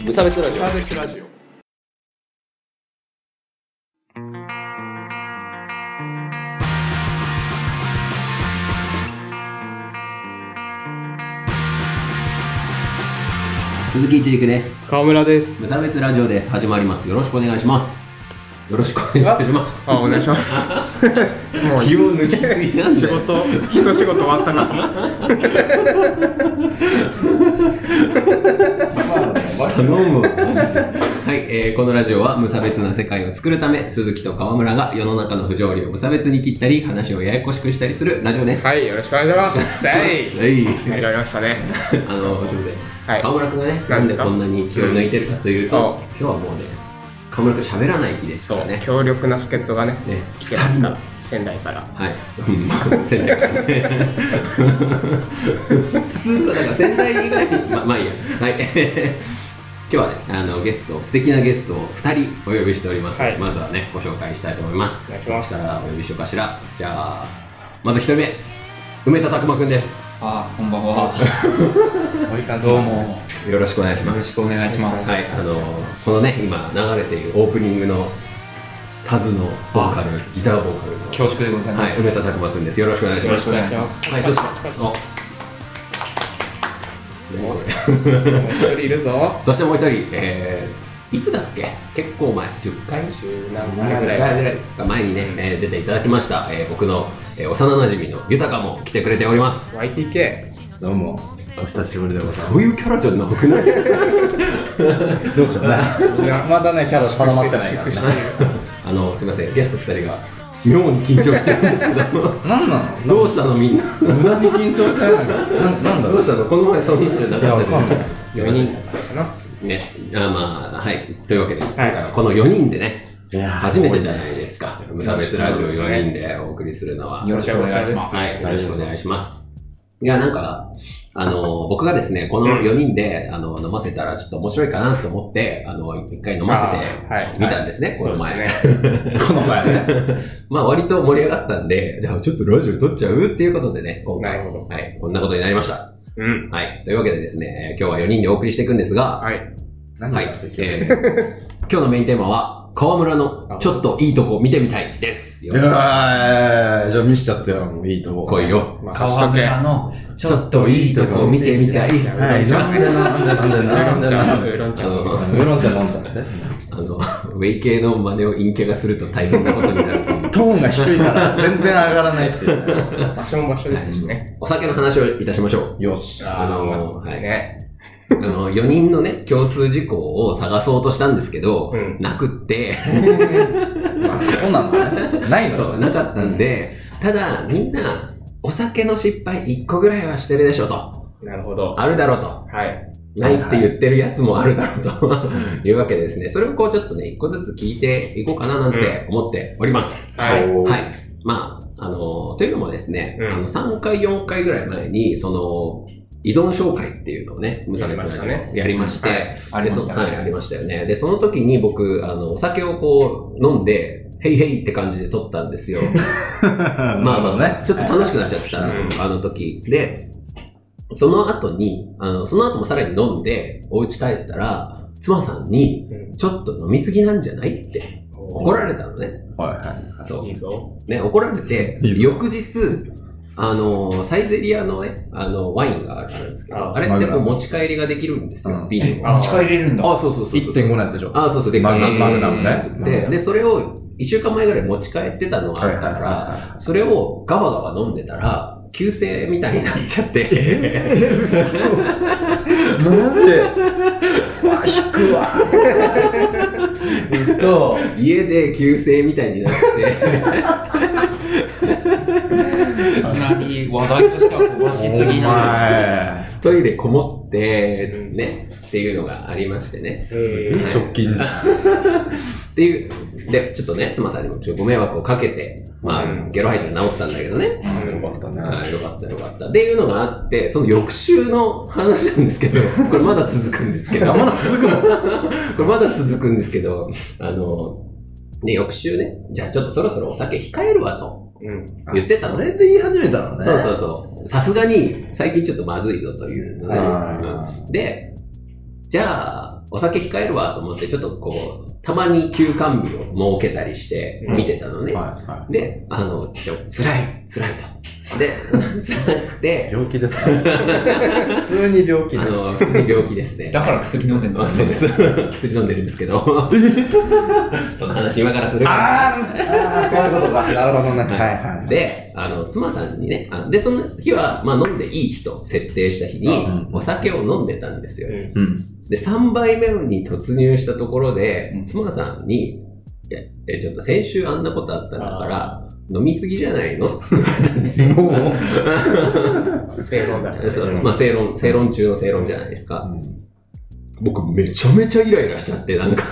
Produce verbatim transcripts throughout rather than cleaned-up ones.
無差別ラジオ。 無差別ラジオ。 鈴木一陸です。 川村です。 無差別ラジオです。始まります。よろしくお願いします。よろしくお願いします。 あ、お願いします。もう気を抜きすぎなんで。 仕事、一仕事終わったかと思って。 頼むわ、マジで。はい、えー、このラジオは無差別な世界を作るため、鈴木と川村が世の中の不条理を無差別に切ったり、話をややこしくしたりするラジオです。 はい、よろしくお願いします。はい。はい、入られましたね。 あの、すみません。 はい、 川村くんがね、なんでこんなに気を抜いてるかというと、うん、今日はもうね、川村くん喋らない気ですからね。 強力な助っ人がね、ね来てますから、仙台から。 はい、仙台からね。普通さ、だから仙台以外に、ま、まあいいや。はい。今日はね、あのゲスト、素敵なゲストをふたりお呼びしております、はい、まずはね、ご紹介したいと思います。 お願いします。 どちらからお呼びしようかしら。じゃあ、まずひとりめ、梅田拓磨くんです。 あ、こんばんは。そういう感じ。どうも。 よろしくお願いします。 よろしくお願いします。 はい、あのこのね、今流れているオープニングのタズのボーカル、ギターボーカルの恐縮でございます。 はい、梅田拓磨くんです。よろしくお願いします。 よろしくお願いします。 はい、そして、お。 もう一人いるぞ。 そしてもう一人、えー、いつだっけ？結構前、じゅっかいじゅうなんかいぐらい前にね、えー、出ていただきました、えー、僕の、えー、幼馴染の豊も来てくれております。 ワイティーケー。 どうも。お久しぶりでございます。 そういうキャラじゃなくない？ どうしようね。まだね、キャラ定まってないからね。 あの、すみません、ゲストふたりが妙に緊張してるんですけど。 何なの？ どうしたのみんな。 無駄に緊張してないのか。なんだろう。 どうしたの？この前そんなんじゃなかったじゃないですか。 よにんだったかな。 ね、あまあ、はい。というわけで、はい、このよにんでね、初めてじゃないですか。無差別ラジオよにんでお送りするのは。 よろしくお願いします。 はい、よろしくお願いします。いや、なんか、あの、僕がですね、このよにんで、あの、飲ませたらちょっと面白いかなと思って、あの、一回飲ませてみたんですね、この前。 この前ね。 まあ、割と盛り上がったんで、じゃあちょっとラジオ撮っちゃうっていうことでね、今回、 なるほど。 はい、こんなことになりました。 うん。 はい。というわけでですね、今日はよにんでお送りしていくんですが、 はい。 何でしたっけ？はい、えー、今日のメインテーマは、川村のちょっといいとこ見てみたいです。 よろしくお願いします。じゃあ見しちゃってよ、もういいとこ。 来いよ。 まあ、川村のちょっといいとこ見てみたい。はい、なんでなんでなんでなんでなんでウーロン茶。 ウーロン茶飲んじゃって。 あの、ウェイ系の真似を陰キャがすると大変なことになると思う。 トーンが低いから全然上がらないっていう。 場所も場所ですしね。 お酒の話をいたしましょう。 よし。 あの、はい。 ね。 あの、よにんのね、共通事項を探そうとしたんですけど、うん、なくって。 まあ、そうなんだね。ないのそう、なかったんで、うん、ただ、みんな、お酒の失敗いっこぐらいはしてるでしょと。 なるほど。 あるだろうと。 はい。 ないって言ってるやつもあるだろうというわけでですね、それをこうちょっとね、いっこずつ聞いていこうかななんて思っております。 うん、はい。 はい。まあ、あの、というのもですね、うん、あのさんかいよんかいぐらい前に、その、依存紹介っていうのをね、無差別ラジオやりまして、 ありましたね。 はい、ありましたよね。で、その時に僕、あの、お酒をこう、飲んで、ヘイヘイって感じで撮ったんですよ。まあまあね、ちょっと楽しくなっちゃってたんですよ、あの時。で、その後に、あの、その後もさらに飲んで、お家帰ったら、妻さんに、ちょっと飲みすぎなんじゃないって怒られたのね。 はいはい。 そう。 いいぞ。 ね、怒られて、翌日、あの、サイゼリアのね、あの、ワインがあるんですけど、あ, あれってもう持ち帰りができるんですよ、瓶を。 持ち帰れるんだ。 あ、そうそうそう。 いってんご のやつでしょ。 あ、そうそう。で、マグナムね。 で、で、それをいっしゅうかんまえぐらい持ち帰ってたのがあったから、それをガバガバ飲んでたら、急性みたいになっちゃって。 えー、マジわ、引くわ。嘘。 家で急性みたいになって。 かなり話題としてはこぼしすぎない。トイレこもって、ね、っていうのがありましてね。 すげえ直近じゃん。 っていう、で、ちょっとね、妻さんにもちょっとご迷惑をかけて、まあ、うん、ゲロ吐いたら治ったんだけどね。 うん、よかったね。 あ、よかったよかった。っていうのがあって、その翌週の話なんですけど、これまだ続くんですけど。 まだ続くのこれまだ続くんですけど、あの、ね、翌週ね、じゃあちょっとそろそろお酒控えるわと。うん、言ってたの。 それで言い始めたのね。 そうそうそう。さすがに最近ちょっとまずいぞというので、うん、で、じゃあお酒控えるわと思って、ちょっとこう、たまに休館日を設けたりして見てたのね。うんはいはい、で、あの、辛い、辛いと。で、辛くて。 病気ですか普通に病気です。 あの、普通に病気ですね。 だから薬飲んでるの、 はい、そうです。薬飲んでるんですけど。その話今からするから。 ああ、そういうことか。なるほどね。はいはい。 で、あの、妻さんにね、あで、その日は、まあ飲んでいい日と設定した日に、お酒を飲んでたんですよ。うん、で、さんばいめに突入したところで、うん、妻さんに、いや、え、ちょっと先週あんなことあったんだから、飲みすぎじゃないのって言われたんですよ。 正論だね。 まあ正論、正論中の正論じゃないですか。うん、僕めちゃめちゃイライラしちゃって、なんか。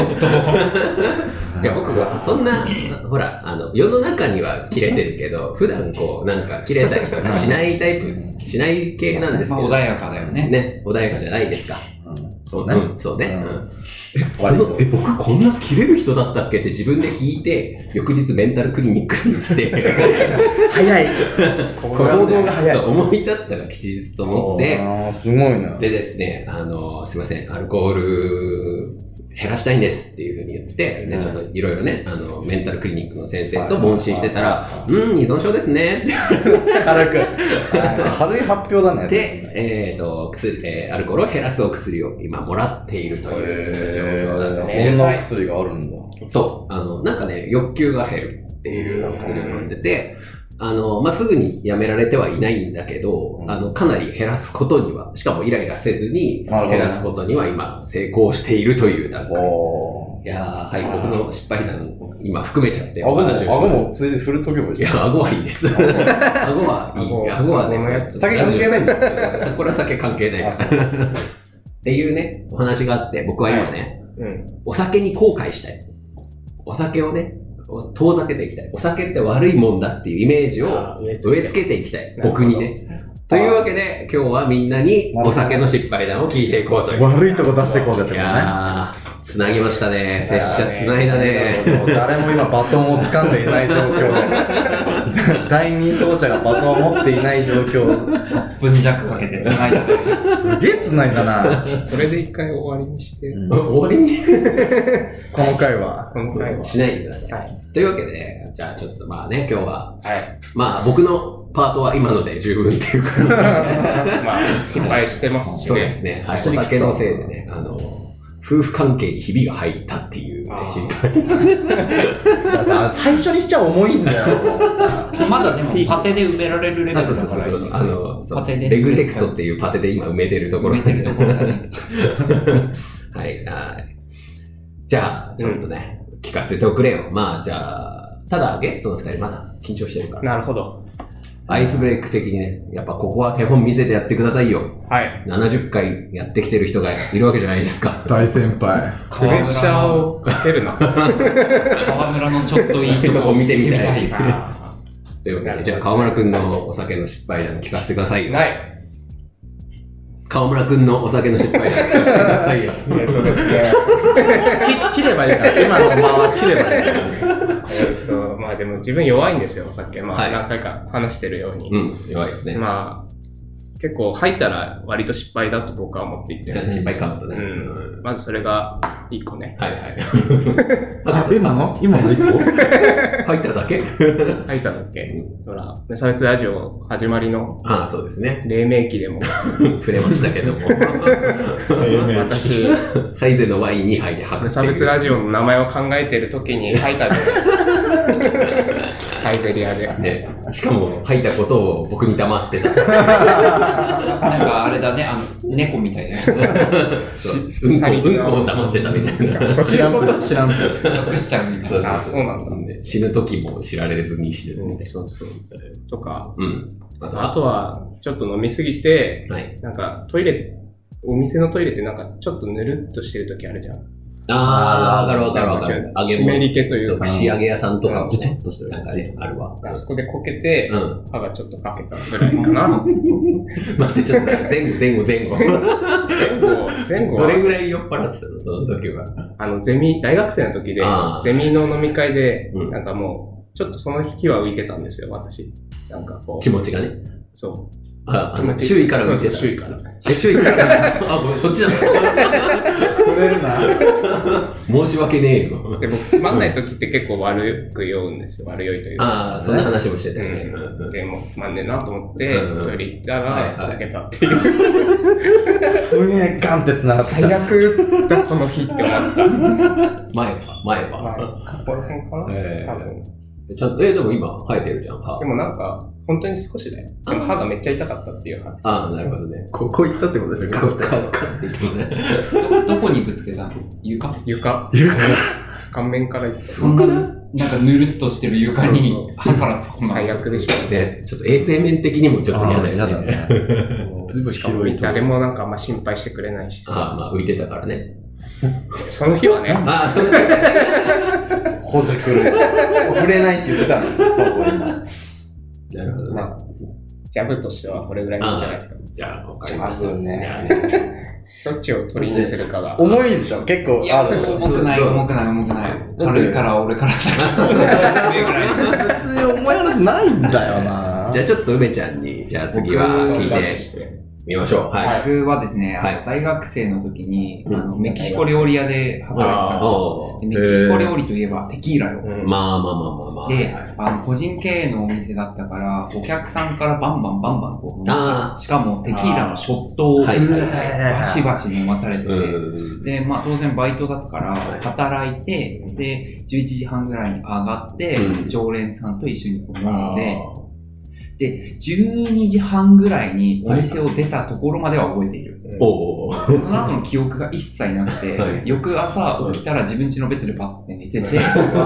いや、僕はそんな、ほら、あの、世の中にはキレてるけど、普段こう、なんかキレたりとかしないタイプ、しない系なんですけど。 まあ、穏やかだよね。 ね、穏やかじゃないですか。そうね。うん、そうね。うん、え、 割とえ、僕こんなキレる人だったっけって自分で聞いて、翌日メンタルクリニックに行って。 早い。行動が早い。 そう、思い立ったが吉日と思って。 ああ、すごいな。 でですね、あの、すいません、アルコール減らしたいんですっていうふうに言って、ね、ちょっといろいろね、あの、メンタルクリニックの先生と問診してたら、うん、依存症ですねって。 軽く。軽い発表だね。 で、えっと、薬、えー、アルコールを減らすお薬を今もらっているという状況なんですね。 そんなお薬があるんだ。 そう。あの、なんかね、欲求が減るっていうお薬を飲んでて、あの、まあ、すぐにやめられてはいないんだけど、うん、あの、かなり減らすことには、しかもイライラせずに減らすことには今成功しているという段階。いやー、はい、僕の失敗談、今含めちゃってお話をして。 顎もついで振るとけばいいじゃん。 いや、顎はいいです。顎はいい。顎はね、 酒関係ないんですかこれは酒関係ないです。っていうね、お話があって、僕は今ね、はいうん、お酒に後悔したい。お酒をね、遠ざけていきたい。お酒って悪いもんだっていうイメージを植え付けていきたい。僕にね。というわけで、今日はみんなにお酒の失敗談を聞いていこうという。 悪いとこ出していこうぜってね。いやー、つなぎましたね。拙者つないだね。 誰も今バトンを掴んでいない状況で。第二走者がバトンを持っていない状況。 はっぷん弱かけてつないだね。 すげえつないだな。 これで一回終わりにして。 うん、終わりにこの回は。 この回は。 しないでください。はい、というわけで、じゃあちょっとまあね、今日は。はい。まあ僕のパートは今ので十分っていうことで。 まあ、失敗してますしね。 そうですね。はい、お酒のせいでね、あの、夫婦関係にひびが入ったっていうね、心配。 だからさ、最初にしちゃ重いんだよ。 まだでも、パテで埋められるレベルだから。 そうそうそう。あの、パテで。レグレクトっていうパテで今埋めてるところ。埋めてるところだね。はい、はい。じゃあ、ちょっとね、うん、聞かせておくれよ。まあ、じゃあ、ただゲストの二人まだ緊張してるから。 なるほど。 アイスブレイク的にね、やっぱここは手本見せてやってくださいよ。 はい。 ななじゅっかいやってきてる人がいるわけじゃないですか。 大先輩。 プレッシャーをかけるな。川村のちょっといいとこ見てみたい。というわけで、じゃあ川村くんのお酒の失敗談聞かせてくださいよ。 はい。 川村くんのお酒の失敗談聞かせてくださいよ。 えっとですね。 切ればいいから。今の間は切ればいいから。 えっと、まあでも自分弱いんですよ、お酒。まあ何回か話してるように。 うん、弱いですね。 まあ、結構入ったら割と失敗だと僕は思っていて。 失敗カウントね。 うん。まずそれがいっこね。 はいはい。 あ、今の今のいっこ入っただけ入っただけ。ほら、無差別ラジオ始まりの。 ああ、そうですね。 黎明期でも。 触れましたけども。 私、 サイゼのワインにはいで吐く。 無差別ラジオの名前を考えてる時に吐いたじゃないですか。サイゼリアで。 ね。しかも、吐いたことを僕に黙ってた。なんかあれだね、あの、猫みたいな。そう。 うんこ、うんこを黙ってたみたいな。 知らんこと知らんこと。 隠しちゃうみたいな。 そうそう。 あ、そうなんだ。 死ぬ時も知られずに死ぬみたいな。 そうそう。とか。 うん。 あとは、ちょっと飲みすぎて、なんかトイレ、お店のトイレってなんかちょっとぬるっとしてる時あるじゃん。 ああ、わかるわかるわかる。 揚げ物。湿り気というか。 串揚げ屋さんとか、ジテッとしてる感じあるわ。 あそこでこけて、歯がちょっとかけたぐらいかな。 待って、ちょっと前後、前後、前後。 前後、前後。 どれぐらい酔っ払ってたのその時は。 あの、ゼミ、大学生の時で、ゼミの飲み会で、なんかもう、ちょっとその日は浮いてたんですよ、私。なんかこう。 気持ちがね。 そう。 あ、周囲から浮いてた。 周囲から。 え、周囲から。あ、ごめん、そっちだった。 触れるな。 申し訳ねえよ。 で、僕つまんない時って結構悪く酔うんですよ。悪酔いというか。 ああ、そんな話もしてたよね。 うん、で、もうつまんねえなと思って、 うん、 トイレ行ったら、 はいはい、 溶けたっていう。 すげえガンって繋がってた。 最悪だ、この日って思った。 前は前は。 前、この辺かな、えー、多分。 ちゃんと、え、でも今生えてるじゃん、歯。 でもなんか、本当に少しだよ。でも歯がめっちゃ痛かったっていう話。 ああ、なるほどね。 ここ行ったってことでしょ。 カッカッカッって言ってね。 ど、どこにぶつけたの？床？ 床。 床。 顔面から行った。 そんな、なんかぬるっとしてる床に歯から突っ込んだ。 最悪でしょ。 で、ちょっと衛生面的にもちょっと嫌だよね。 嫌だね。 ずいぶん広い。誰もなんかあんま心配してくれないしさ。 ああ、まあ浮いてたからね。 その日はね。 ああ、その日はね。ほじくる。触れないって言ってたの。そうこ今。 なるほどね。 ジャブとしてはこれぐらいいいんじゃないですか。 じゃあ、わかりました。 ジャブね。 どっちを取りにするかが。 重いでしょ結構あるでしょ。 重くない、重くない、重くない。軽いから俺から先。 別に重い話ないんだよな。 じゃあちょっと梅ちゃんに、じゃあ次は聞いてみましょう。はい。 僕はですね、大学生の時に、あの、メキシコ料理屋で働いてたんですよ。メキシコ料理といえばテキーラよ。 まあまあまあまあまあ。 で、あの、個人経営のお店だったから、お客さんからバンバンバンバンこう飲まされて、しかもテキーラのショットをバシバシ飲まされてて、で、まあ当然バイトだったから働いて、で、じゅういちじはんぐらいに上がって、常連さんと一緒に飲んで、で、じゅうにじはんぐらいにお店を出たところまでは覚えている。 おその後の記憶が一切なくて、はい、翌朝起きたら自分家のベッドでパッて寝てて、で、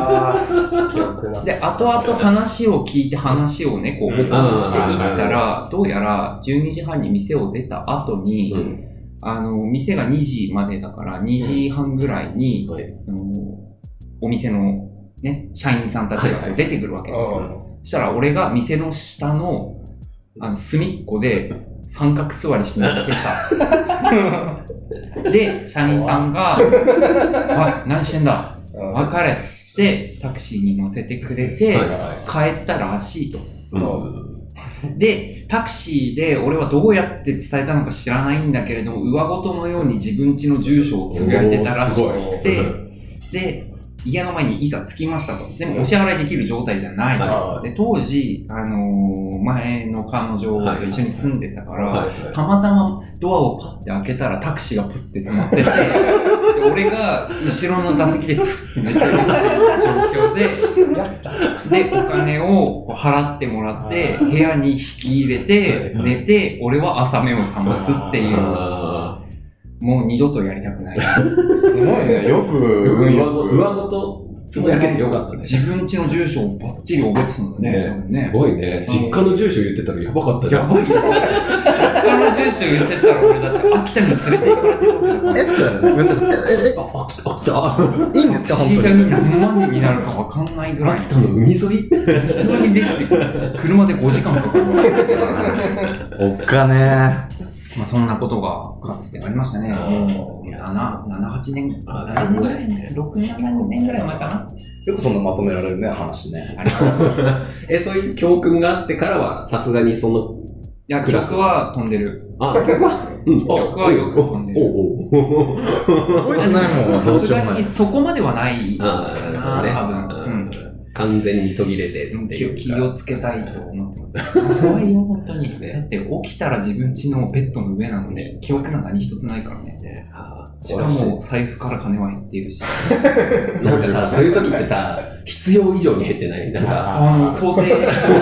後々話を聞いて話をね、こう保管していったら、どうやらじゅうにじはんに店を出た後に、うん、あの、店がにじまでだからにじはんぐらいに、うん、その、お店のね、社員さんたちが出てくるわけですよ。はいはい、そしたら俺が店の下の、あの、隅っこで三角座りして寝てた。で、社員さんが、おい、何してんだおい、帰れっつって、タクシーに乗せてくれて、帰ったらしいと。うん、で、タクシーで俺はどうやって伝えたのか知らないんだけれども、上ごとのように自分家の住所をつぶやいてたらしくて、で、家の前にいざ着きましたと。でもお支払いできる状態じゃない。はい、で当時、あのー、前の彼女と一緒に住んでたから、はいはいはい、たまたまドアをパッて開けたらタクシーがプッて止まってて、で俺が後ろの座席でプッて寝てるっていう状況で、やつだで、お金を払ってもらって、部屋に引き入れて、寝て、俺は朝目を覚ますっていう。もう二度とやりたくない。 すごいね。よく、 上ごとつぶやけてよかったね。 自分家の住所をバッチリ覚えてたんだね。 ねすごいね。実家の住所言ってたらやばかったじゃん。 やばいよ。実家の住所言ってたら俺だって秋田に連れて行かれてるわけだから。 えっえ、え、え、あ、秋田いいんですか本当に。 秋田に何万になるかわかんないぐらい。 秋田の海沿い海沿いですよ。車でごじかんかかるわけ。 おっかねまあそんなことがかつてありましたね。なな、なな、はちねん、ななねんぐらいですね。ろく、ななねんぐらい前かな。 よくそんなまとめられるね、話ね。 え、そういう教訓があってからは、さすがにその、 いや、記憶は飛んでる。 あ、記憶はうん。記憶はよく飛んでる。 おお覚えてないもん、 さすがにそこまではないかな、多分。完全に途切れてっていう気をつけたいと思ってます。怖いよ、本当に。だって起きたら自分家のベッドの上なので、記憶が何一つないからね。しかも財布から金は減っているし。 なんかさ、そういう時ってさ、必要以上に減ってない？なんか、 あの、想定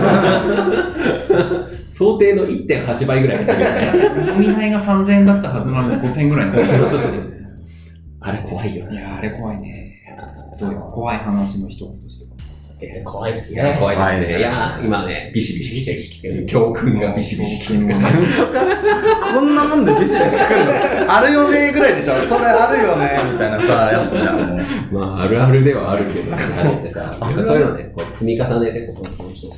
想定の いってんはち 倍ぐらい減ってるよね。 飲み代がさんぜんえんだったはずなのにごせんえんぐらいになる。 そうそうそう。あれ怖いよね。 いや、あれ怖いね。どういう怖い話の一つとしては。 怖いですね。 怖いですね。いやー、今ね、ビシビシ来てる。来てる。教訓がビシビシ来てる。 本当かこんなもんでビシビシ来るのあるよねぐらいでしょそれあるよねみたいなさ、やつじゃん。 まあ、あるあるではあるけど、ってさ、そういうのね、こう積み重ねて、そうそうそう。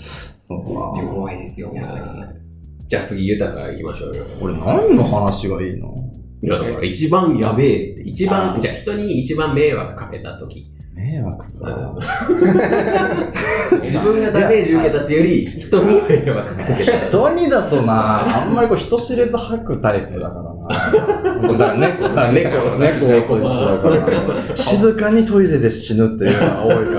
怖いですよ。 じゃあ次、豊か行きましょうよ。 これ何の話がいいの？ いや、だから一番やべえって、一番、じゃあ人に一番迷惑かけた時。 迷惑か。 自分がダメージ受けたっていうより、人に迷惑かけた。 人にだとな、あんまりこう人知れず吐くタイプだからな。だから猫さ、猫、猫と一緒だから、静かにトイレで死ぬっていうのが多いから、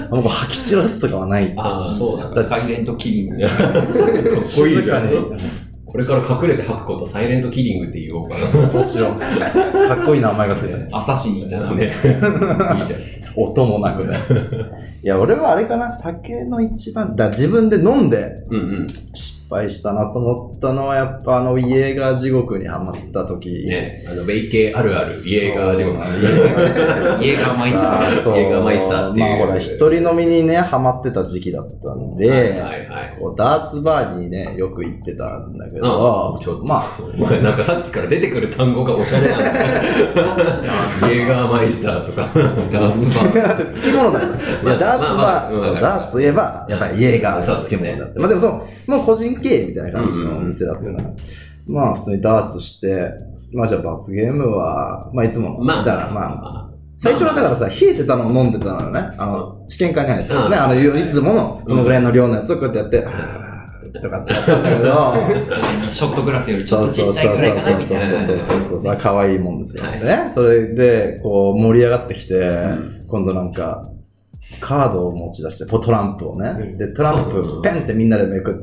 もう吐き散らすとかはない。 ああ、そうだ。 だからサイレントキリング。 かっこいいじゃん。これから隠れて吐くこと、サイレントキリングって言おうかな。 そうしよう。かっこいい名前がついてる。 朝日みたいなね。 いいじゃん。 音もなくね。いや、俺はあれかな、酒の一番、だ自分で飲んで、 うんうん。 失敗したなと思ったのは、やっぱあの、イエーガー地獄にハマった時。 ね、あの、ベイケーあるある、イエーガー地獄。 イエーガーマイスター。 そうイエーガーマイスターっていう。 まあほら、一人飲みにね、ハマってた時期だったんで、 はいはいはい。 こうダーツバーにね、よく行ってたんだけあどあ、ちょっと、 まあ、 お前なんかさっきから出てくる単語がおしゃれなんだよ。イエーガーマイスターとか、ダーツバー。 だって付き物だよ。いや、ダーツバー、 まあまあまあそうダーツといえば、やっぱりイエーガーが付き物だって。まあでもそう、もう個人経営みたいな感じのお店だったから、まあ普通にダーツして、まあじゃあ罰ゲームは、まあいつもの、 まあ、 だからまあ、最初はだからさ、冷えてたのを飲んでたのよね。あの、試験会に入ってたんですね。あの、いつもの、このぐらいの量のやつをこうやってやって、とかってやったんだけど、 ショットグラスよりちょっとちっちゃいぐらいかなみたいな。 そうそうそうそう、可愛いもんですよね。それで、こう、盛り上がってきて、今度なんか、カードを持ち出して、トランプをね。で、トランプ、ペンってみんなでめくって、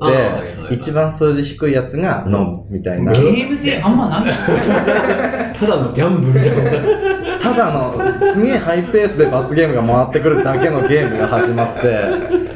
一番数字低いやつが飲むみたいな。 ゲーム性あんまない。 ただのギャンブルじゃん。 ただの、すげえハイペースで罰ゲームが回ってくるだけのゲームが始まって、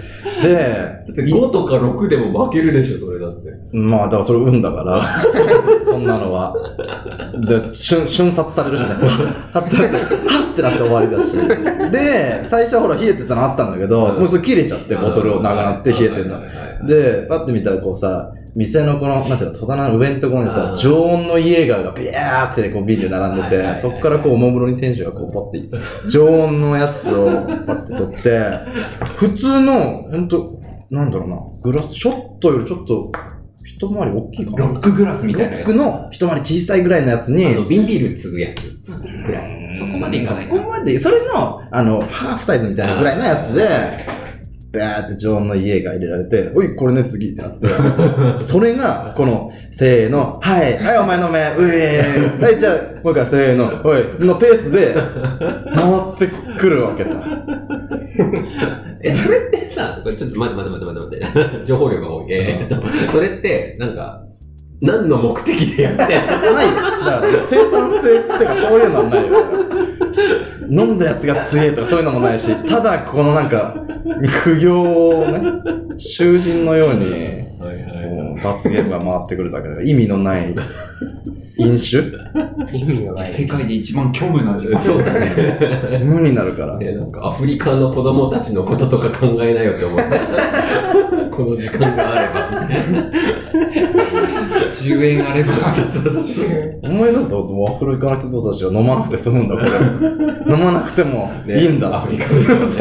で、 ごとかろくでも負けるでしょ、それだって。 まあ、だからそれ運だから、そんなのは。で、瞬、瞬殺されるしね。はってなって、はってなって終わりだし。で、最初はほら冷えてたのあったんだけど、もうそれ切れちゃって、ボトルを長なって冷えてんの。で、パッて見たらこうさ、店のこの、なんていうの、戸棚の上のところにさ、常温のイエーガーがビャーってこう瓶で並んでて、そこからこうおもむろに店主がこうパッて、常温のやつをパッて取って、普通の、ほんと、なんだろうな、グラス、ショットよりちょっと、一回り大きいかな。 ロックグラスみたいなロックの一回り小さいぐらいのやつに、 あの、瓶ビール継ぐやつぐらい。 そこまでいかないか。 そこまで、それの、あの、ハーフサイズみたいなぐらいのやつで、バーって常温のイエーガー入れられて、おい、これね、次ってなって。それが、この、せーの、はい、はい、お前飲め、うえー、はい、じゃあ、もう一回、せーの、おい、のペースで、回ってくるわけさ。 え、それってさ、これちょっと待って待って待って待って待って、情報量が多い。えーっと、それって、なんか、何の目的でやってんの？ ないよ。だから、生産性ってかそういうのはないよ。飲んだやつが強いとかそういうのもないし、ただこのなんか、苦行をね、囚人のように、はいはい、罰ゲームが回ってくるだけで意味のない飲酒意味のない。 世界で一番虚無な時間。 そうだね。 無になるから。 ね、なんかアフリカの子供たちのこととか考えなよって思って。この時間があれば、みたいな。 じゅうえんあれば。 思い出すと、アフリカの人たちは飲まなくて済むんだ、これ。飲まなくてもいいんだ。 ね、アフリカの人、ね、 そう。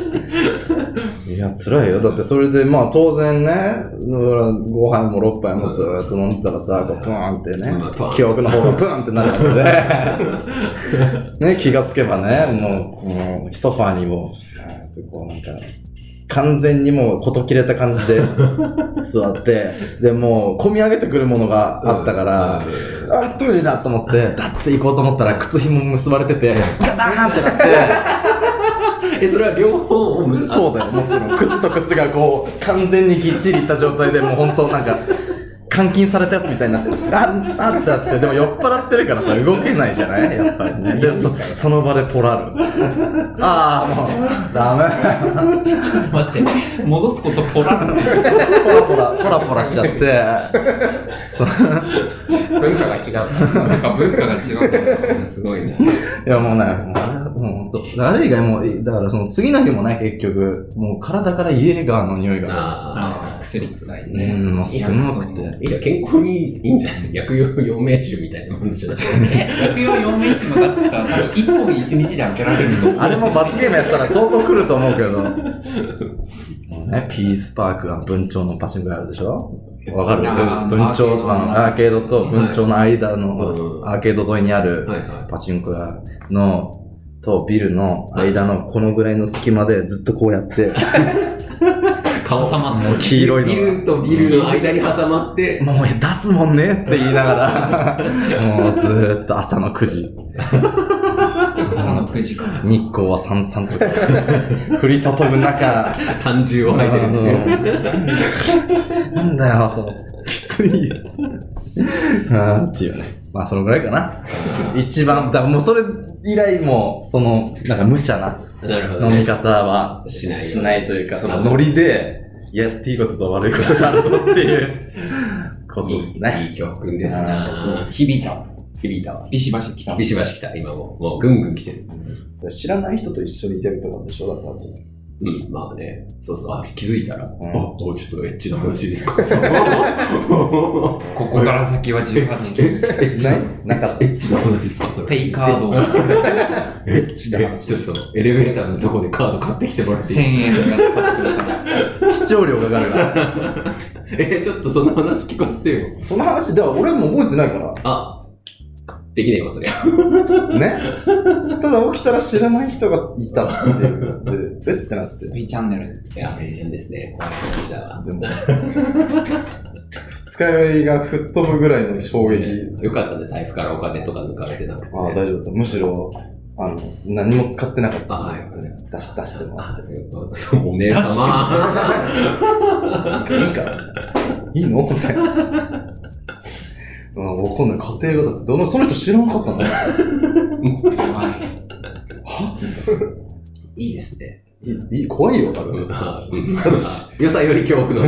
いや、辛いよ。だってそれで、まあ当然ね、だからごはいもろっぱいもずーっと飲んでたらさ、こうプーンってね、記憶の方がプーンってなるので、ね、気がつけばね、もう、もうソファーにも、こうなんか、完全にもう事切れた感じで座って、で、もう込み上げてくるものがあったから、あ、トイレだと思って、ダッて行こうと思ったら靴紐結ばれてて、ガターンってなって、 え、それは両方を結ぶ？ そうだよ、もちろん。靴と靴がこう、完全にぎっちりいった状態で、もう本当なんか、監禁されたやつみたいになって、あ、あってあって、でも酔っ払ってるからさ、動けないじゃないやっぱりね。で、そ、その場でポラる。ああ、もう、ダメ。 ちょっと待って、戻すことポラる。 ポラポラ、ポラポラしちゃって。 文化が違う。 なんか文化が違うんだ。 すごいね。 いやもうね、もうあれ、もうほんと、あれ以外もう、だからその次の日もね、結局、もう体からイエーガーの匂いが。 ああ、薬臭いね。 うん、もうすごくて。 いや、健康にいいんじゃない？薬用陽明酒みたいなもんじゃない？ 薬用陽明酒もだってさ、多分一本一日で開けられると思う。 あれも罰ゲームやったら相当来ると思うけど。もうね、ピースパークが文鳥のパチンコがあるでしょ？わかる？文鳥、アーケードと文鳥の間のアーケード沿いにあるパチンコ屋のとビルの間のこのぐらいの隙間でずっとこうやって、 顔挟まってもう黄色いのが。 ビルとビルの間に挟まって、 もう出すもんねって言いながら、もうずーっと朝のくじ。 朝のくじか。 日光はさんさんとか、降り注ぐ中、 胆汁を吐いてるっていう。 なんだよ、と。きついよ。あーっていうね。まあ、そのぐらいかな。一番、だからもうそれ以来も、その、なんか無茶な飲み方はしない。 しないというか、そのノリで、やっていいことと悪いことがあるぞっていうことですね。 いい教訓ですな。 響いた。 響いたわ。 ビシバシ来た。 ビシバシ来た、今も。もうぐんぐん来てる。 知らない人と一緒にいてるとかでしょだったら。 うん、まあね。そうそう。あ、気づいたら。 うん、 あ、おちょっとエッチな話ですか。 ここから先はじゅうはちきゅう。 エッチな、 なんかエッチな話ですか。 ペイカードを。 エッチな話。ちょっとエレベーターのとこでカード買ってきてもらっていいせんえんのやつ買ってください。 視聴料かかるから。 え、ちょっとそんな話聞かせてよ。 その話、では俺も覚えてないから。 あ、できねえわ、そりゃ。 ね。ただ起きたら知らない人がいたっていう。で、えってなって。 V チャンネルですね。 いや、ペイちゃんですね。怖い話だわ。 でも、二日酔いが吹っ飛ぶぐらいの衝撃。 よかったね、財布からお金とか抜かれてなくて、ね。 ああ、大丈夫だった。むしろ、あの、何も使ってなかった。 あはい。 出し、出してもらって。 そう、お姉様。 いいから。いいのみたいな。ああ、わかんない。家庭がだって、どの、その人知らなかったんだよ。 いいですね。 いい、怖いよ、多分。 良さより恐怖の。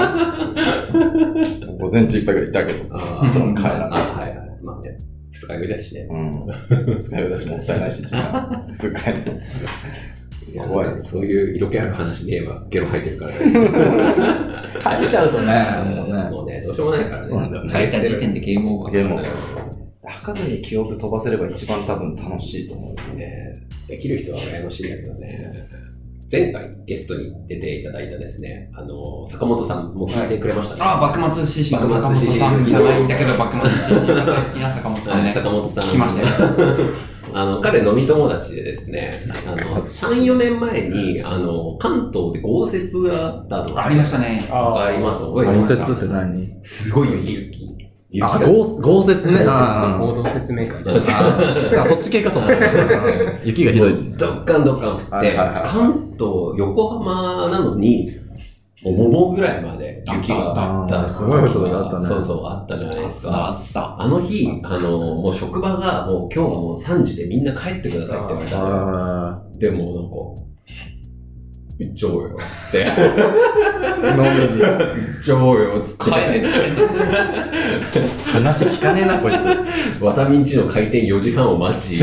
午前中いっぱいぐらいいたけどさ、その帰らない。 はいはい。まあね、二日酔いだしね。 うん。二日酔いだし、もったいないし、時間。二日酔い。怖い。 そういう色気ある話ねえわ。ゲロ吐いてるからね。 吐いちゃうとね、 もうね、どうしようもないからね。 そうなんだよね。 吐いた時点でゲームオーバー。 ゲームオーバー。吐かずに記憶飛ばせれば一番多分楽しいと思うね。できる人は羨ましいんだけどね。前回ゲストに出ていただいたですね、あの、坂本さんも聞いてくれましたね。 ああ、幕末志士の坂本さんじゃないんだけど、幕末志士が大好きな坂本さんね。 坂本さん。 聞きましたよ。 あの、彼飲み友達でですね、あの、さん、よねんまえに、あの、関東で豪雪があったの。 ありましたね。 わかります覚えてますか？ 豪雪って何？ すごい雪。 あ、豪、豪雪ね。 行動説明会。 あ、そっち系かと思った。雪がひどい。 どっかんどっかん降って、関東、横浜なのに、ももぐらいまで雪があった。 すごいことがあったね。 そうそう、あったじゃないですか。 あった。 あの日、あの、もう職場が、もう今日はもうさんじでみんな帰ってくださいって言われたの。でもなんか、行っちゃおうよ、つって。 飲みに。 行っちゃおうよ、つって。 帰れっつって。 話聞かねえな、こいつ。 ワタミンチの開店よじはんを待ち。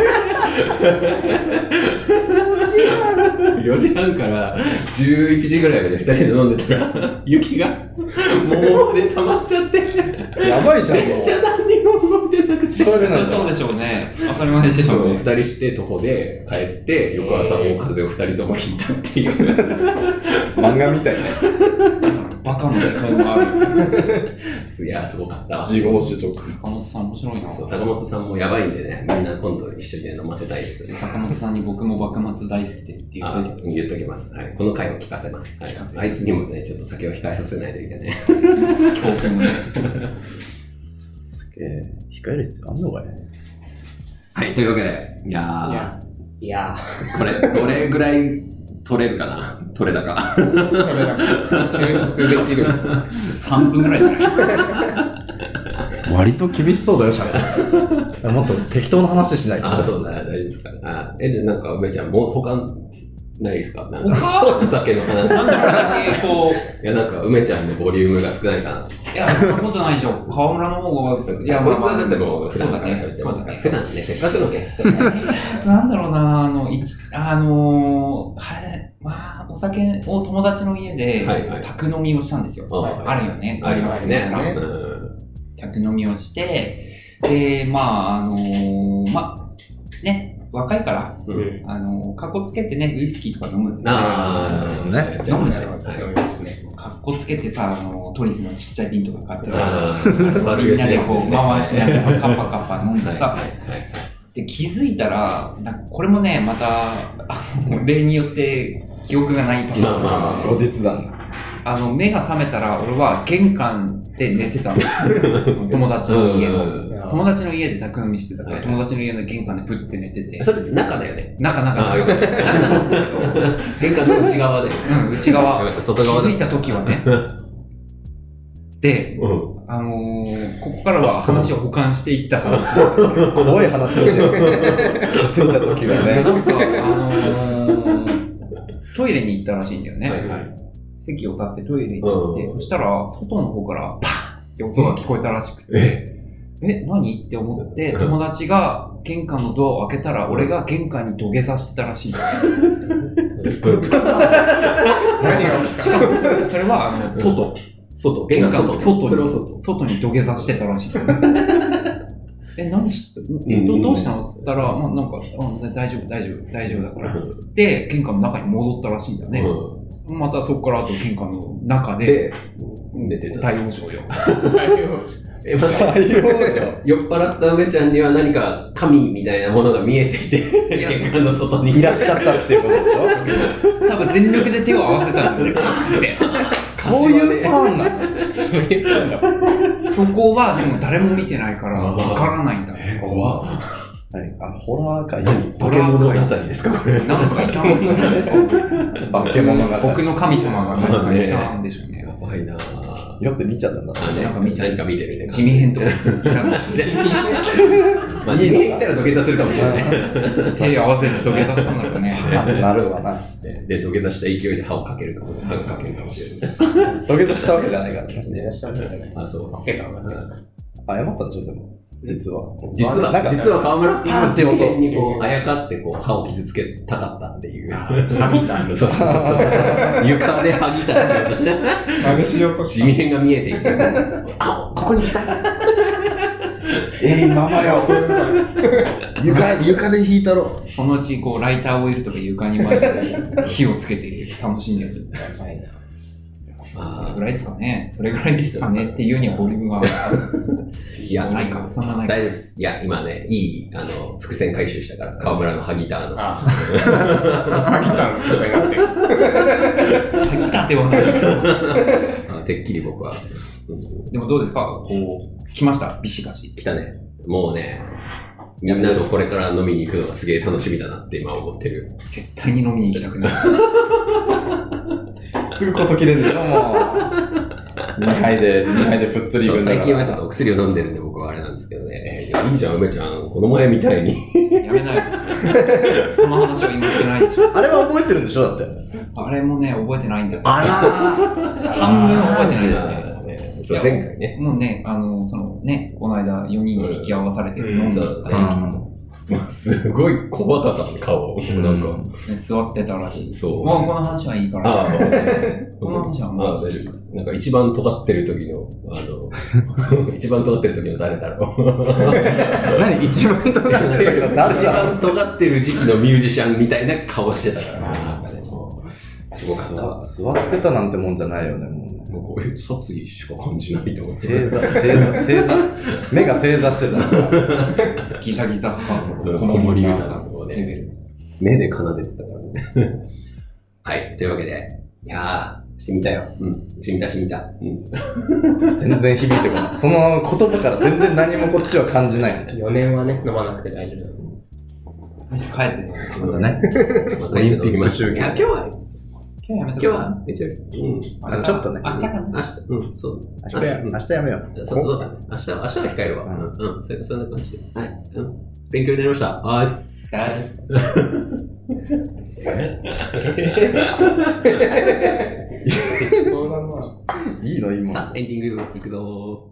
よじはんからじゅういちじぐらいまでふたりで飲んでたら、雪がもうね、溜まっちゃって。 やばいじゃん、 電車何にも動いてなくて。 それなんだ。 そうでしょうね。当たり前でしょうね。 ふたりして徒歩で帰って、翌朝大風をふたりとも引いたっていう。 漫画みたいね。 バカの絵本がある。 いや、すごかった。 自業自得。 坂本さん面白いな。 そう、坂本さんもやばいんでね、みんな今度一緒に、ね、飲ませたいです。 坂本さんに僕も幕末大好きですって言っといてます。 言っときます。はい。この回を聞かせます。はい。あいつにもね、ちょっと酒を控えさせないといけない。 教訓ね。 酒、控える必要あんのかね。 はい、というわけで、いやー、 いや、いやこれ、どれぐらい取れるかな取れ高。 それだけ抽出できる。 さんぷんぐらいじゃない割と厳しそうだよ、しゃべもっと適当な話しないと。 あ、そうだ、大丈夫ですか。あ、え、じゃあなんか、梅ちゃん、もう他、ないですかなんか他お酒の話。 なんだろうこう。 いや、なんか、梅ちゃんのボリュームが少ないかな。 いや、そんなことないでしょ。河村の方が、 いや、こいつはだってもう、普段からね喋ってますから。普段ね、せっかくのゲスト。 あとなんだろうな、あの、いちあのー、はい、まあ、お酒を友達の家で、宅飲みをしたんですよ。あるよね。 ありますね。 宅飲みをして、で、まあ、あのー、まあ、ね、若いから、うん、あの、かっこつけてね、ウイスキーとか飲むんで、ね。 ああ、ね。 飲むじゃん。 飲みますね。 かっこつけてさ、あの、トリスのちっちゃい瓶とか買ってさ、 悪いみんなでこう回しながらカッパカッパ飲んでさ、 で、気づいたら、なんかこれもね、また、あの、例によって記憶がないパターン。 まあまあまあ後日談。 あの、目が覚めたら、俺は玄関で寝てたの。友達の家の。友達の家で宅飲みしてたから、友達の家の玄関でプッて寝てて。 それ中だよね。 中中中。 ああ、よかった。 中なんだけど。 玄関の内側で。 うん、内側。 外側で。 気づいた時はね。で、 うん。 あのー、ここからは話を補完していった話なんですけど。 怖い話をね。気づいた時はね。 なんか、あのー、トイレに行ったらしいんだよね。 はいはい。 席を立ってトイレに行って、そしたら、外の方からパーンって音が聞こえたらしくて、え、何って思って、友達が玄関のドアを開けたら、俺が玄関に土下座してたらしいんだよ。 何が起きた？ しかも、それは、あの、外。 外。 玄関の外に、 それは外。 外に土下座してたらしい。え、何し、え、どどうしたのっつったら、まあ、なんか、うん、大丈夫、大丈夫、大丈夫だから、つって、玄関の中に戻ったらしいんだね。またそこからあと玄関の中で、 寝てた。 対応しようよ。 え、また、酔っ払った梅ちゃんには何か神みたいなものが見えていて、玄関の外にいらっしゃったっていうことでしょ。 多分全力で手を合わせたんだよね、カーって。 そういうパンなの？ そういうパンだ。 そこはでも誰も見てないからわからないんだ。 怖っ。 はい、あ、ホラー界。 化け物語ですか、これ。 なんかいたんじゃないですか。 化け物語。 僕の神様がなんかいたんでしょうね。 やばいなぁ。 よって見ちゃったんだな。 なんか見ちゃう。 何か見てるね。 地味編とかいたんでしょうね。 まあ、地味編行ったら土下座するかもしれない。 手合わせて土下座したんだろうね。 なるわな。 で、土下座した勢いで歯をかけるかも、歯がかけるかもしれない。 土下座したわけじゃないからね。 ね、したんだよね。 あ、そう。 かけたんだね。 謝ったんでしょ、でも。実は。 実は、 なんか実は河村君は地味編にこう、 パあやかってこう、歯を傷つけたかったっていう。 はぎた。 そうそうそうそう。床で歯ぎたしようとして。 真似しようと地味編が見えていて。あ、ここにいた。 えい、ママよ。床、床で引いたろ。 そのうちこうライターオイルとか床に巻いて火をつけて楽しんでる。それぐらいですかね。それぐらいですかねっていうにはボリュームがいや、 ないか。そんなないか。 大丈夫です。いや、今ね、いい、あの、伏線回収したから、河村のハギターの。 あ、ハギターのことになってる。 ハギターって呼んだあてっきり僕は。 でもどうですかこう、来ましたビシバシ。 来たね。もうね、みんなとこれから飲みに行くのがすげえ楽しみだなって今思ってる。 絶対に飲みに行きたくない。 すぐこと切れるでしょ、もう。にはいで、にはいでぷっつりそう分だから。 最近はちょっとお薬を飲んでるんで僕はあれなんですけどね。えー、いいじゃん、梅ちゃん。この前みたいに。 やめない。その話は今してないでしょ。 あれは覚えてるんでしょ、だって。 あれもね、覚えてないんだよ。 あら半分覚えてないんだよね。 そう前回ね。 もうね、あの、そのね、この間よにんで引き合わされて飲んだそう時うんすごい怖かったの、顔。なんか。 ね、座ってたらしい。 そう。 もうこの話はいいから。 ああ、 この話はもうああ、大丈夫。なんか一番尖ってる時の、あの、一番尖ってる時の誰だろう。 何一番とかってるの一誰だ番尖ってる時期のミュージシャンみたいな顔してたから、なんかね、もうすごかった。 座ってたなんてもんじゃないよね、もうね。 もうこういう殺意しか感じないと思って。 正座、正座、正座。目が正座してた。 ギザギザハート子守歌がこうね、目で奏でてたからね。はい、というわけで、いやー、しみたよ。うん、しみたしみた。うん。 全然響いてこない。その言葉から全然何もこっちは感じない。 よねんはね、飲まなくて大丈夫。 帰ってね。 そうだね。 オリンピック集。いや、今日は、 今日やめとく今日は、一応、うん。 あちょっとね。 明日かな。 明日、うん、そう。 明日や、明日やめよう。 そうそうだね。明日、明日は控えるわ。 ううんん、うん、そそんな感じで。はい。うん。勉強になりました。あーす。 そうだな。 いいの今。 さあ、エンディングいくぞ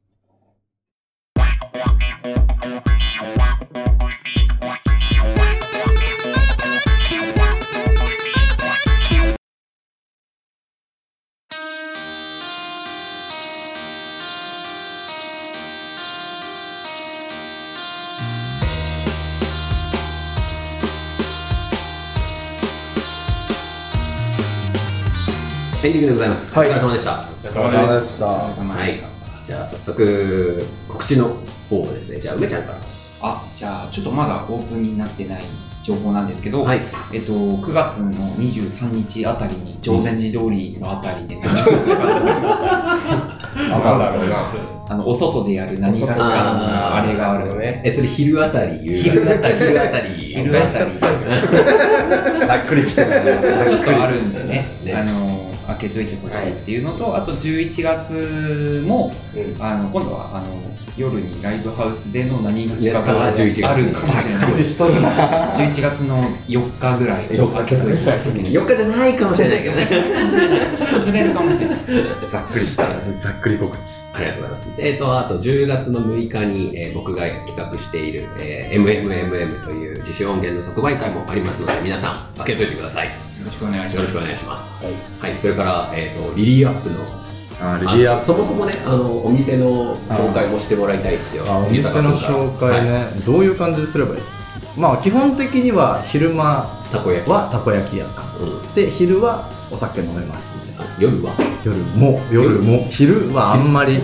エンディングでございます。 はいお疲れ様でした。 お疲お疲れ様でした。 お疲れ様はいでした。 じゃあ早速、告知の方をですね、じゃあ梅ちゃんから。 あ、じゃあちょっとまだオープンになってない情報なんですけど、 はい、 えっと、くがつのにじゅうさんにちあたりに定禅寺通りのあたりで何かしらなんだろうな。 あのお外でやる何かしらのあれがあるのね。 え、それ昼あたり昼あたり昼あたり昼あたりざっくり来てる。 ちょっとあるんでね、 ねあの開けといてほしいっていうのと、あとじゅういちがつも、うん、あの今度はあの夜にライブハウスでの何かしらがあるかもしれない。 ざっくりしとるな。 じゅういちがつのよっかぐらいを開けといて。 よっかじゃないかもしれないけどね。 ちょっとずれるかもしれない。 ざっくりしたざっくり告知。 ありがとうございます。えっ、ー、と、あとじゅうがつのむいかに、えー、僕が企画している、えー、エムエムエムエム という自主音源の即売会もありますので、皆さん開けといてください。よろしくお願いします。 よろしくお願いします。はい。はい、それから、えっ、ー、と、リリーアップの、 あリリーアップそもそもね、あの、お店の紹介もしてもらいたいですよ。 あお店の紹介ね、はい、どういう感じですればいい？まあ、基本的には昼間はたこ焼き屋さん、うん、で、昼はお酒飲めます。 夜は夜も夜も昼はあんまり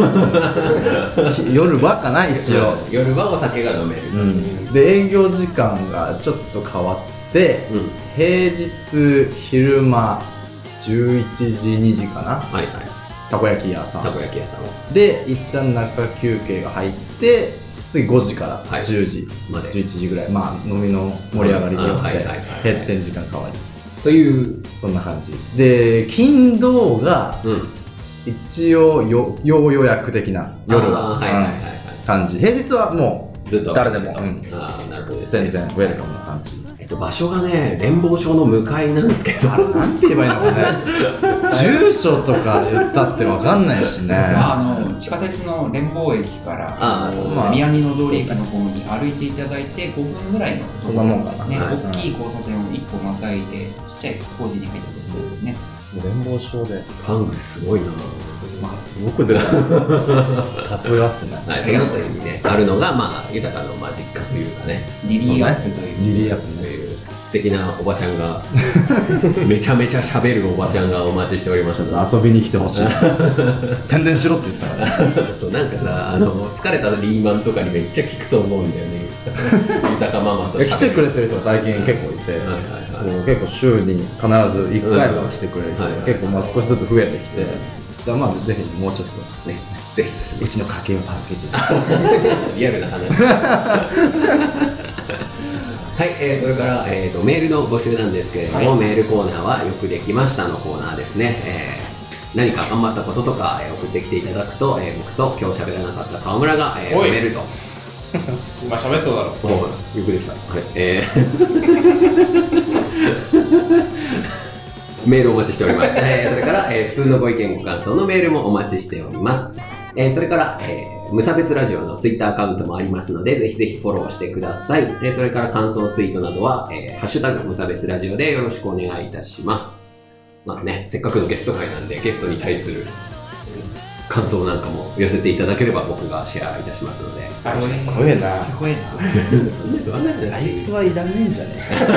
夜はかな一応夜はお酒が飲める、 うん、で営業時間がちょっと変わって、うん、平日昼間じゅういちじにじかな、 はいはい、 たこ焼き屋さんたこ焼き屋さんで一旦中休憩が入って次ごじからじゅうじまで、はい、じゅういちじぐらい、まあ飲みの盛り上がりによって閉店時間変わりというそんな感じで、金土が一応よ要予約的な夜は感じ、平日はもうずっと誰でも、うん、あなるほどですね、全然ウェルカムな感じ。 場所がね、連邦省の向かいなんですけど、 あれなんて言えばいいのかね住所とか言ったって分かんないしねあの地下鉄の連邦駅からあまあ、宮城野通り駅の方に歩いていただいてごふんぐらいのところですね、大きい交差点をいっこまたいでちっちゃい工事に入ったところですね。 連邦省でタングすごいな、 まあ、すごく出たさすがっすね。 はい、そのあたりにね、あるのが、まあ、豊かのまあ実家というかね、 リリーアップという、 リリーアップという素敵なおばちゃんがめちゃめちゃ喋るおばちゃんがお待ちしておりますので遊びに来てほしい宣伝しろって言ってたからねそうなんかさ、あの疲れたリーマンとかにめっちゃ聞くと思うんだよね豊かママと来てくれてる人が最近結構いて、はいはいはい、結構週に必ずいっかいは来てくれる人が結構まあ少しずつ増えてきて、じゃあまあぜひもうちょっとね、 ぜひうちの家計を助けてリアルな話はい、えー、それから、えーと、メールの募集なんですけれども、はい、メールコーナーはよくできましたのコーナーですね、えー、何か頑張ったこととか、えー、送ってきていただくと、えー、僕と今日喋らなかった川村が、えー、褒めると今喋っとだろおよくできた、はいえー、メールお待ちしております、えー、それから、えー、普通のご意見ご感想のメールもお待ちしております、えー、それから、えー無差別ラジオのツイッターアカウントもありますので、ぜひぜひフォローしてください。えー、それから感想ツイートなどは、えー、ハッシュタグ無差別ラジオでよろしくお願いいたします。まあね、せっかくのゲスト会なんで、ゲストに対する感想なんかも寄せていただければ僕がシェアいたしますので。 あ、怖えな。 怖えな。 そんな言わないで。 あいつはいらねえんじゃね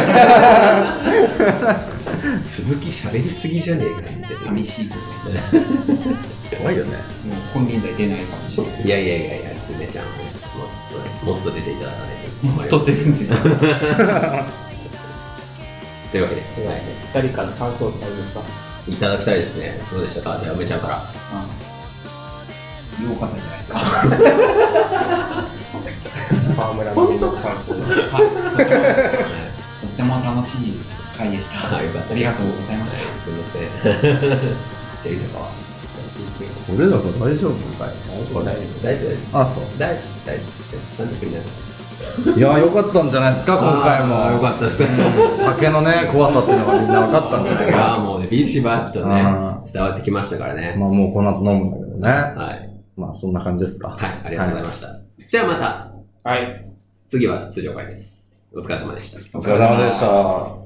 えか。鈴木喋りすぎじゃねえかって。 寂しいけどね。 怖いよね。 もう金輪際出ないかもしれない。 いやいやいやいや、梅ちゃんもね、もっと出ていただかないと。 もっと出るんですよ。 というわけで、はい、 ふたりから感想とかいいですか？ いただきたいですね。どうでしたか？じゃあ梅ちゃんから。 うん、よかったじゃないですか。 川村のみの感想。 はい。とっても楽しい回でした。 あ、よかった。 ありがとうございました。 すみません。じゃあいいですか？ 俺らが大丈夫かい？ 大丈夫、大丈夫。 あ、そう。 大丈夫、大丈夫。さんじゅっぷんになる。 いやー、よかったんじゃないですか、今回も。 よかったですね。 酒のね、怖さっていうのがみんな分かったんじゃないかな。 いやー、もうね、ビーチバッとね、伝わってきましたからね。 まあもうこの後飲むんだけどね。 はい。 まあそんな感じですか。 はい、ありがとうございました。じゃあまた。 はい。 次は通常会です。お疲れ様でした。 お疲れ様でした。